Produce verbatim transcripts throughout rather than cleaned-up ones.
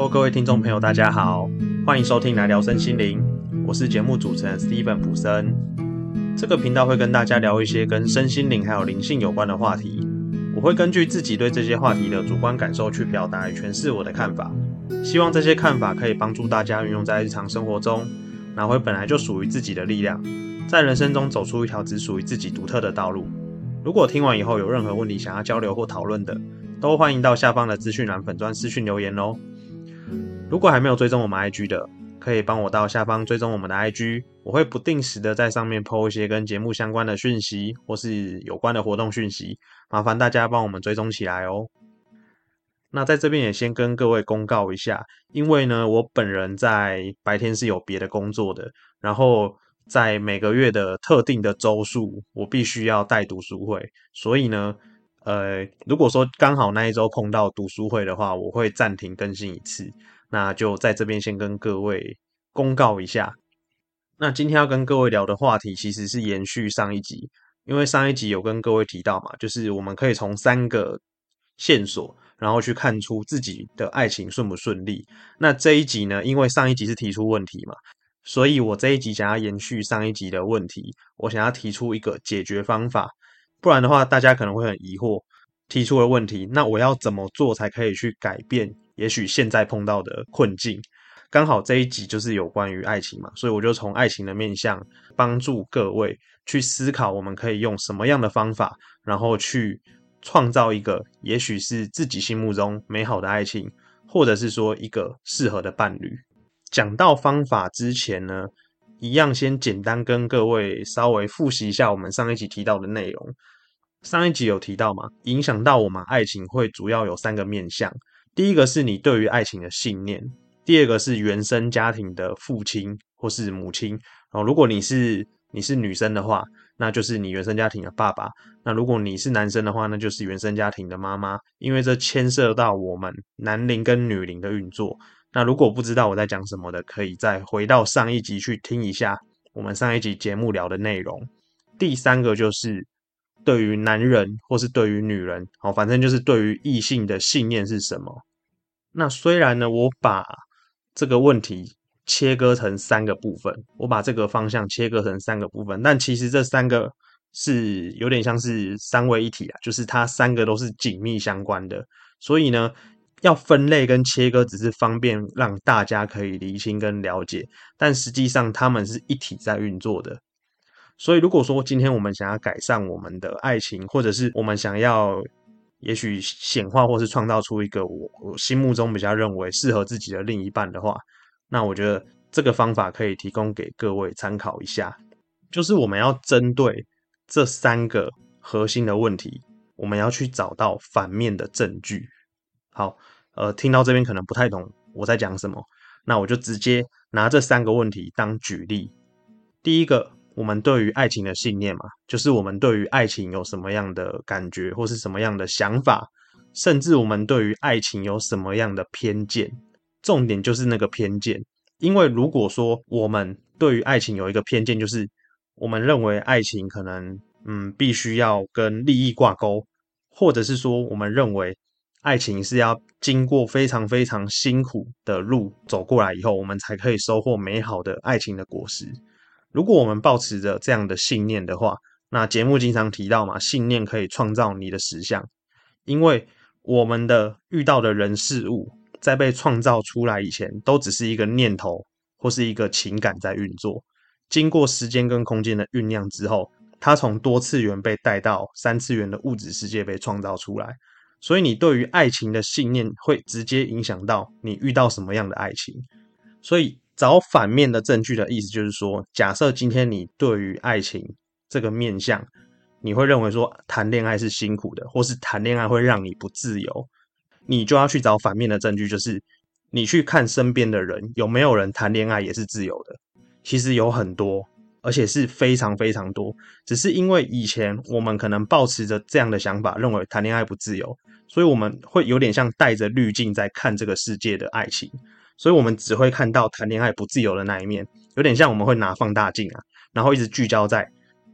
Hello， 各位听众朋友，大家好，欢迎收听来聊身心灵，我是节目主持人 Steven 普森。这个频道会跟大家聊一些跟身心灵还有灵性有关的话题，我会根据自己对这些话题的主观感受去表达与诠释我的看法，希望这些看法可以帮助大家运用在日常生活中，拿回本来就属于自己的力量，在人生中走出一条只属于自己独特的道路。如果听完以后有任何问题想要交流或讨论的，都欢迎到下方的资讯栏粉专私讯留言哦。如果还没有追踪我们 I G 的，可以帮我到下方追踪我们的 I G， 我会不定时的在上面 po 一些跟节目相关的讯息，或是有关的活动讯息，麻烦大家帮我们追踪起来哦。那在这边也先跟各位公告一下，因为呢，我本人在白天是有别的工作的，然后在每个月的特定的周数，我必须要带读书会，所以呢，呃，如果说刚好那一周碰到读书会的话，我会暂停更新一次。那就在这边先跟各位公告一下。那今天要跟各位聊的话题其实是延续上一集，因为上一集有跟各位提到嘛，就是我们可以从三个线索，然后去看出自己的爱情顺不顺利。那这一集呢，因为上一集是提出问题嘛，所以我这一集想要延续上一集的问题，我想要提出一个解决方法，不然的话大家可能会很疑惑，提出了问题，那我要怎么做才可以去改变也许现在碰到的困境？刚好这一集就是有关于爱情嘛，所以我就从爱情的面向帮助各位去思考，我们可以用什么样的方法，然后去创造一个也许是自己心目中美好的爱情，或者是说一个适合的伴侣。讲到方法之前呢，一样先简单跟各位稍微复习一下我们上一集提到的内容。上一集有提到嘛，影响到我们爱情会主要有三个面向。第一个是你对于爱情的信念，第二个是原生家庭的父亲或是母亲。哦，如果你是你是女生的话，那就是你原生家庭的爸爸；那如果你是男生的话，那就是原生家庭的妈妈。因为这牵涉到我们男灵跟女灵的运作。那如果不知道我在讲什么的，可以再回到上一集去听一下我们上一集节目聊的内容。第三个就是对于男人或是对于女人，哦，反正就是对于异性的信念是什么。那虽然呢，我把这个问题切割成三个部分，我把这个方向切割成三个部分，但其实这三个是有点像是三位一体啦，就是它三个都是紧密相关的，所以呢，要分类跟切割只是方便让大家可以厘清跟了解，但实际上他们是一体在运作的。所以如果说今天我们想要改善我们的爱情，或者是我们想要也许显化或是创造出一个我我心目中比较认为适合自己的另一半的话，那我觉得这个方法可以提供给各位参考一下。就是我们要针对这三个核心的问题，我们要去找到反面的证据。好，呃，听到这边可能不太懂我在讲什么，那我就直接拿这三个问题当举例。第一个，我们对于爱情的信念嘛，就是我们对于爱情有什么样的感觉，或是什么样的想法，甚至我们对于爱情有什么样的偏见。重点就是那个偏见，因为如果说我们对于爱情有一个偏见，就是我们认为爱情可能嗯必须要跟利益挂钩，或者是说我们认为爱情是要经过非常非常辛苦的路走过来以后，我们才可以收获美好的爱情的果实。如果我们抱持着这样的信念的话，那节目经常提到嘛，信念可以创造你的实相。因为我们的遇到的人事物在被创造出来以前，都只是一个念头或是一个情感在运作，经过时间跟空间的酝酿之后，它从多次元被带到三次元的物质世界被创造出来。所以你对于爱情的信念会直接影响到你遇到什么样的爱情。所以找反面的证据的意思就是说，假设今天你对于爱情这个面向，你会认为说谈恋爱是辛苦的，或是谈恋爱会让你不自由，你就要去找反面的证据，就是你去看身边的人，有没有人谈恋爱也是自由的。其实有很多，而且是非常非常多，只是因为以前我们可能抱持着这样的想法，认为谈恋爱不自由，所以我们会有点像带着滤镜在看这个世界的爱情，所以我们只会看到谈恋爱不自由的那一面，有点像我们会拿放大镜啊，然后一直聚焦在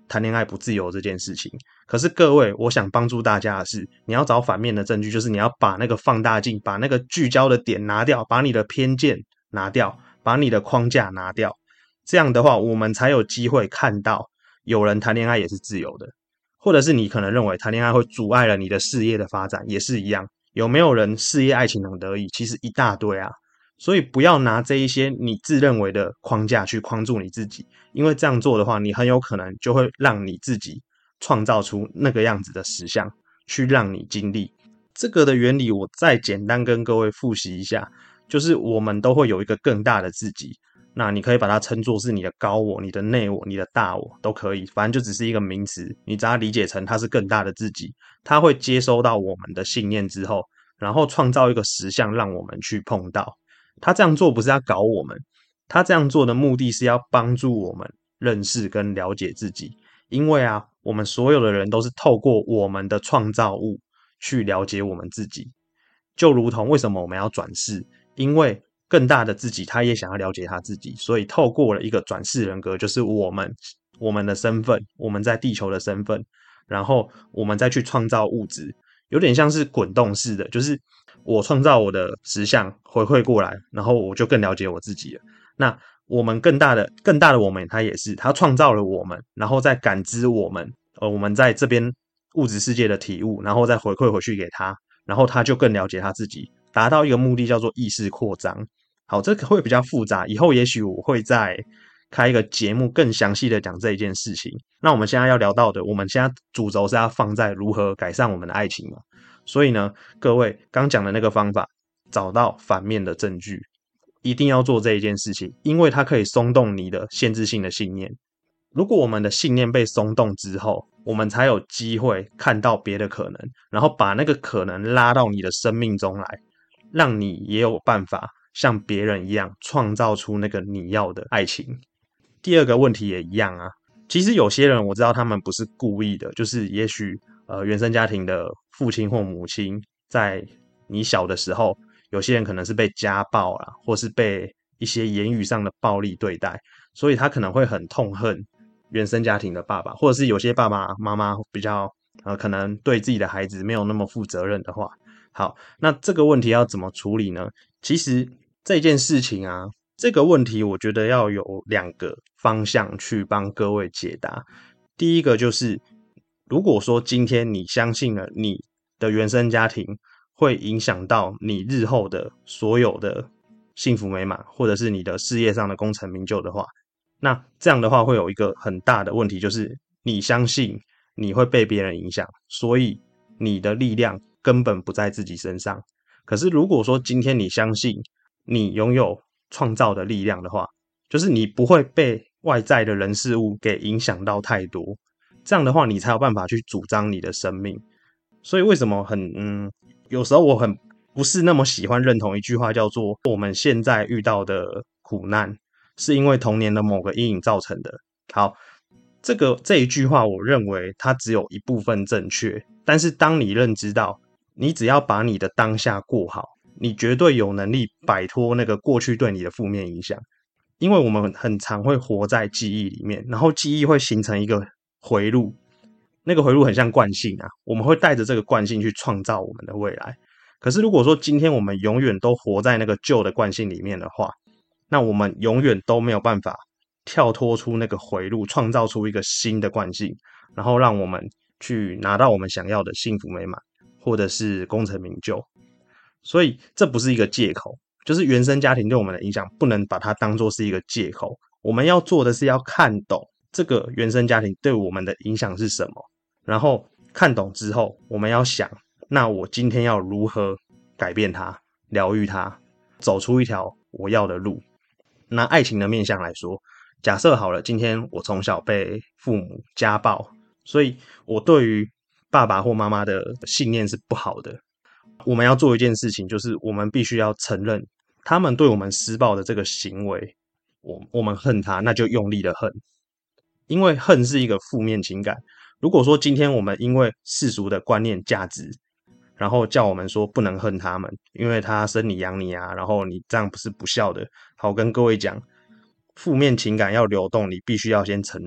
谈恋爱不自由这件事情。可是各位，我想帮助大家的是，你要找反面的证据，就是你要把那个放大镜，把那个聚焦的点拿掉，把你的偏见拿掉，把你的框架拿掉。这样的话，我们才有机会看到有人谈恋爱也是自由的，或者是你可能认为谈恋爱会阻碍了你的事业的发展，也是一样。有没有人事业爱情能得意？其实一大堆啊。所以不要拿这一些你自认为的框架去框住你自己，因为这样做的话，你很有可能就会让你自己创造出那个样子的实相，去让你经历。这个的原理我再简单跟各位复习一下，就是我们都会有一个更大的自己，那你可以把它称作是你的高我、你的内我、你的大我都可以，反正就只是一个名词，你只要理解成它是更大的自己，它会接收到我们的信念之后，然后创造一个实相让我们去碰到。他这样做不是要搞我们，他这样做的目的是要帮助我们认识跟了解自己。因为啊，我们所有的人都是透过我们的创造物去了解我们自己。就如同为什么我们要转世，因为更大的自己他也想要了解他自己，所以透过了一个转世人格，就是我们我们的身份，我们在地球的身份，然后我们再去创造物质，有点像是滚动式的，就是我创造我的实相回馈过来，然后我就更了解我自己了。那我们更大的更大的我们，他也是他创造了我们，然后再感知我们，呃，我们在这边物质世界的体悟，然后再回馈回去给他，然后他就更了解他自己，达到一个目的叫做意识扩张。好，这个会比较复杂，以后也许我会再开一个节目更详细的讲这一件事情。那我们现在要聊到的，我们现在主轴是要放在如何改善我们的爱情嘛。所以呢，各位刚讲的那个方法，找到反面的证据，一定要做这一件事情，因为它可以松动你的限制性的信念。如果我们的信念被松动之后，我们才有机会看到别的可能，然后把那个可能拉到你的生命中来，让你也有办法像别人一样创造出那个你要的爱情。第二个问题也一样啊，其实有些人我知道他们不是故意的，就是也许呃原生家庭的父亲或母亲在你小的时候，有些人可能是被家暴啦，或是被一些言语上的暴力对待，所以他可能会很痛恨原生家庭的爸爸，或者是有些爸爸妈妈比较呃可能对自己的孩子没有那么负责任的话。好，那这个问题要怎么处理呢？其实这件事情啊，这个问题我觉得要有两个方向去帮各位解答。第一个就是，如果说今天你相信了你的原生家庭会影响到你日后的所有的幸福美满，或者是你的事业上的功成名就的话，那这样的话会有一个很大的问题，就是你相信你会被别人影响，所以你的力量根本不在自己身上。可是如果说今天你相信你拥有创造的力量的话，就是你不会被外在的人事物给影响到太多，这样的话你才有办法去主张你的生命。所以为什么很嗯，有时候我很不是那么喜欢认同一句话，叫做我们现在遇到的苦难是因为童年的某个阴影造成的。好，这个这一句话我认为它只有一部分正确，但是当你认知到你只要把你的当下过好，你绝对有能力摆脱那个过去对你的负面影响。因为我们很常会活在记忆里面，然后记忆会形成一个回路，那个回路很像惯性啊，我们会带着这个惯性去创造我们的未来。可是如果说今天我们永远都活在那个旧的惯性里面的话，那我们永远都没有办法跳脱出那个回路，创造出一个新的惯性，然后让我们去拿到我们想要的幸福美满，或者是功成名就。所以这不是一个借口，就是原生家庭对我们的影响不能把它当作是一个借口，我们要做的是要看懂这个原生家庭对我们的影响是什么，然后看懂之后，我们要想，那我今天要如何改变它，疗愈它，走出一条我要的路。拿爱情的面向来说，假设好了，今天我从小被父母家暴，所以我对于爸爸或妈妈的信念是不好的。我们要做一件事情，就是我们必须要承认他们对我们施暴的这个行为，我我们恨他，那就用力的恨，因为恨是一个负面情感。如果说今天我们因为世俗的观念价值，然后叫我们说不能恨他们，因为他生你养你啊，然后你这样不是不孝的。好，跟各位讲，负面情感要流动，你必须要先承认。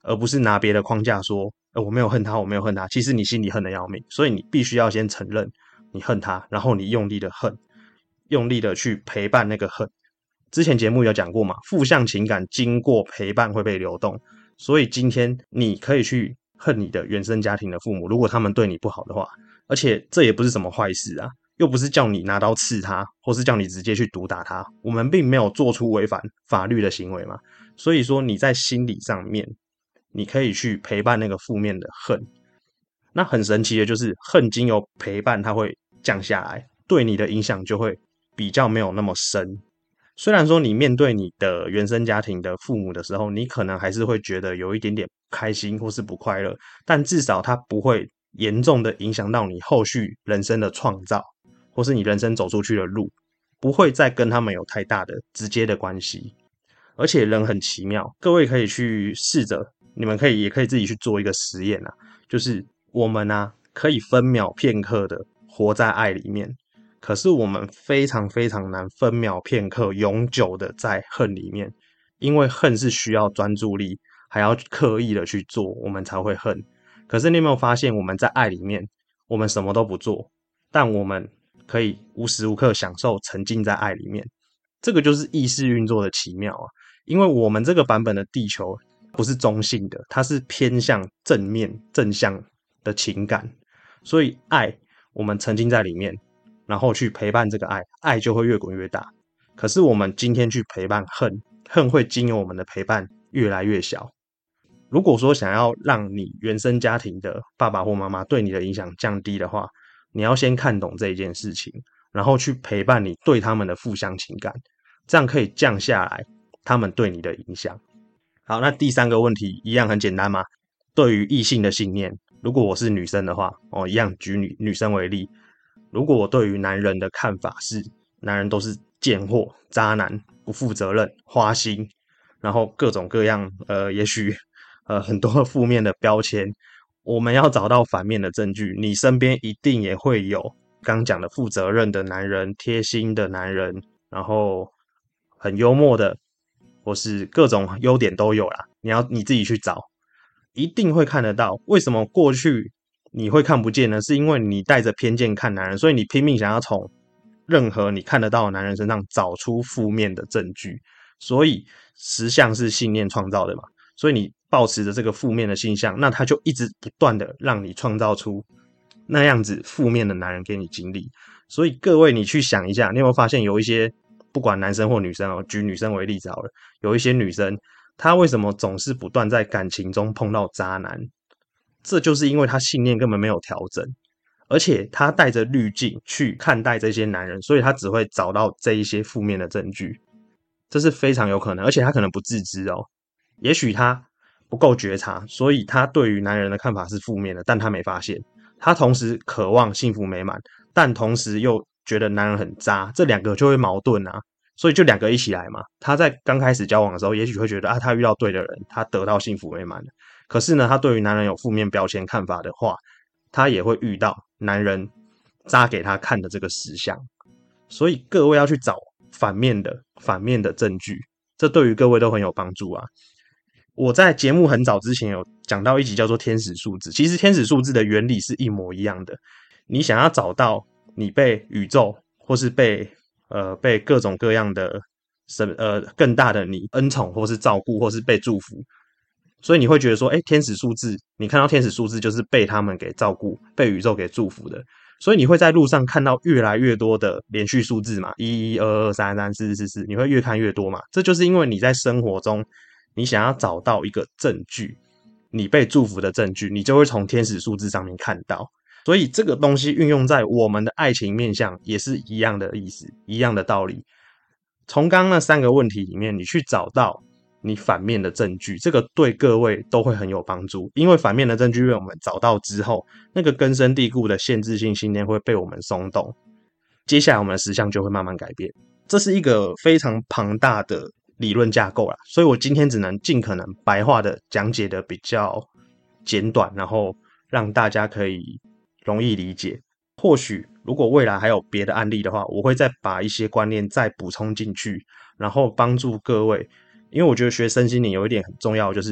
而不是拿别的框架说，呃，我没有恨他，我没有恨他，其实你心里恨得要命，所以你必须要先承认你恨他，然后你用力的恨，用力的去陪伴那个恨。之前节目有讲过嘛，负向情感经过陪伴会被流动，所以今天你可以去恨你的原生家庭的父母，如果他们对你不好的话，而且这也不是什么坏事啊，又不是叫你拿刀刺他，或是叫你直接去毒打他，我们并没有做出违反法律的行为嘛，所以说你在心理上面，你可以去陪伴那个负面的恨。那很神奇的就是恨经由陪伴它会降下来，对你的影响就会比较没有那么深。虽然说你面对你的原生家庭的父母的时候，你可能还是会觉得有一点点开心或是不快乐，但至少它不会严重的影响到你后续人生的创造，或是你人生走出去的路，不会再跟他们有太大的直接的关系。而且人很奇妙，各位可以去试着，你们可以也可以自己去做一个实验啊，就是我们啊可以分秒片刻的活在爱里面，可是我们非常非常难分秒片刻永久的在恨里面，因为恨是需要专注力，还要刻意的去做，我们才会恨。可是你有没有发现，我们在爱里面，我们什么都不做，但我们可以无时无刻享受沉浸在爱里面。这个就是意识运作的奇妙啊！因为我们这个版本的地球不是中性的，它是偏向正面正向的情感，所以爱我们沉浸在里面，然后去陪伴这个爱，爱就会越滚越大。可是我们今天去陪伴恨，恨会经由我们的陪伴越来越小。如果说想要让你原生家庭的爸爸或妈妈对你的影响降低的话，你要先看懂这一件事情，然后去陪伴你对他们的负向情感，这样可以降下来他们对你的影响。好，那第三个问题一样很简单嘛，对于异性的信念，如果我是女生的话，哦，一样举女女生为例，如果我对于男人的看法是男人都是贱货、渣男、不负责任、花心，然后各种各样呃也许呃很多负面的标签，我们要找到反面的证据，你身边一定也会有刚讲的负责任的男人、贴心的男人，然后很幽默的，或是各种优点都有啦，你要你自己去找，一定会看得到。为什么过去你会看不见呢？是因为你带着偏见看男人，所以你拼命想要从任何你看得到的男人身上找出负面的证据。所以实相是信念创造的嘛，所以你抱持着这个负面的现象，那他就一直不断的让你创造出那样子负面的男人给你经历。所以各位你去想一下，你有没有发现有一些不管男生或女生哦，举女生为例子好了，有一些女生她为什么总是不断在感情中碰到渣男？这就是因为她信念根本没有调整，而且她带着滤镜去看待这些男人，所以她只会找到这一些负面的证据，这是非常有可能，而且她可能不自知哦，也许她不够觉察，所以她对于男人的看法是负面的，但她没发现，她同时渴望幸福美满，但同时又觉得男人很渣，这两个就会矛盾啊，所以就两个一起来嘛。他在刚开始交往的时候，也许会觉得啊，他遇到对的人，他得到幸福美满了。可是呢，他对于男人有负面标签看法的话，他也会遇到男人渣给他看的这个实相。所以各位要去找反面的反面的证据，这对于各位都很有帮助啊。我在节目很早之前有讲到一集叫做天使数字，其实天使数字的原理是一模一样的。你想要找到你被宇宙或是被呃被各种各样的神呃更大的你恩宠或是照顾或是被祝福，所以你会觉得说，哎，天使数字，你看到天使数字就是被他们给照顾，被宇宙给祝福的，所以你会在路上看到越来越多的连续数字嘛，一一二二三三四四四，你会越看越多嘛，这就是因为你在生活中你想要找到一个证据，你被祝福的证据，你就会从天使数字上面看到。所以这个东西运用在我们的爱情面向也是一样的意思，一样的道理。从刚刚那三个问题里面，你去找到你反面的证据，这个对各位都会很有帮助。因为反面的证据被我们找到之后，那个根深蒂固的限制性信念会被我们松动，接下来我们的实相就会慢慢改变。这是一个非常庞大的理论架构啦，所以我今天只能尽可能白话的讲解的比较简短，然后让大家可以容易理解。或许如果未来还有别的案例的话，我会再把一些观念再补充进去，然后帮助各位。因为我觉得学身心灵有一点很重要，就是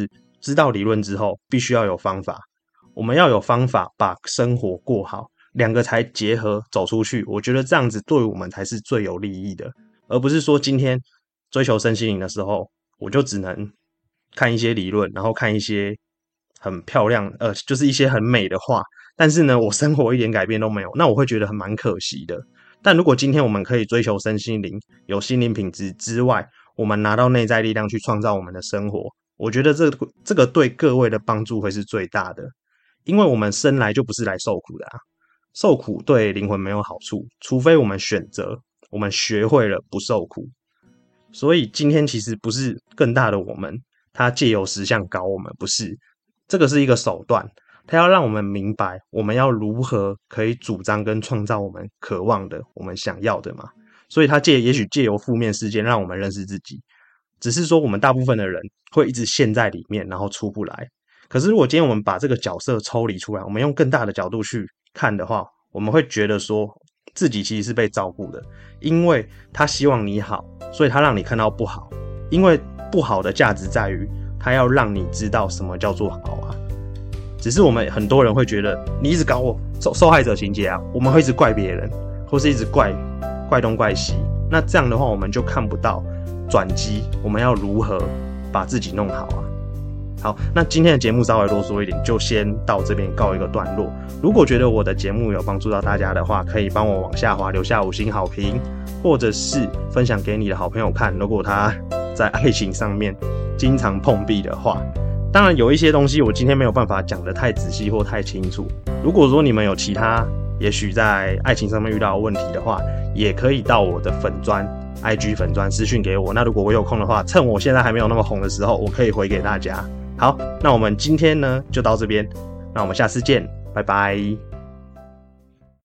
知道理论之后，必须要有方法。我们要有方法把生活过好，两个才结合走出去。我觉得这样子对我们才是最有利益的，而不是说今天追求身心灵的时候，我就只能看一些理论，然后看一些很漂亮，呃，就是一些很美的话，但是呢，我生活一点改变都没有，那我会觉得很蛮可惜的。但如果今天我们可以追求身心灵，有心灵品质之外，我们拿到内在力量去创造我们的生活，我觉得这个这个对各位的帮助会是最大的，因为我们生来就不是来受苦的啊，受苦对灵魂没有好处，除非我们选择，我们学会了不受苦。所以今天其实不是更大的我们，他借由实相搞我们，不是，这个是一个手段，他要让我们明白我们要如何可以主张跟创造我们渴望的，我们想要的嘛。所以他借也许借由负面事件让我们认识自己，只是说我们大部分的人会一直陷在里面，然后出不来。可是如果今天我们把这个角色抽离出来，我们用更大的角度去看的话，我们会觉得说自己其实是被照顾的，因为他希望你好，所以他让你看到不好，因为不好的价值在于他要让你知道什么叫做好啊。只是我们很多人会觉得你一直搞我 受, 受害者情节啊，我们会一直怪别人，或是一直怪怪东怪西，那这样的话我们就看不到转机，我们要如何把自己弄好啊。好，那今天的节目稍微啰嗦一点，就先到这边告一个段落。如果觉得我的节目有帮助到大家的话，可以帮我往下滑留下五星好评，或者是分享给你的好朋友看，如果他在爱情上面经常碰壁的话。当然有一些东西我今天没有办法讲得太仔细或太清楚，如果说你们有其他也许在爱情上面遇到的问题的话，也可以到我的粉专 I G 粉专私讯给我，那如果我有空的话，趁我现在还没有那么红的时候，我可以回给大家。好，那我们今天呢就到这边，那我们下次见，拜拜。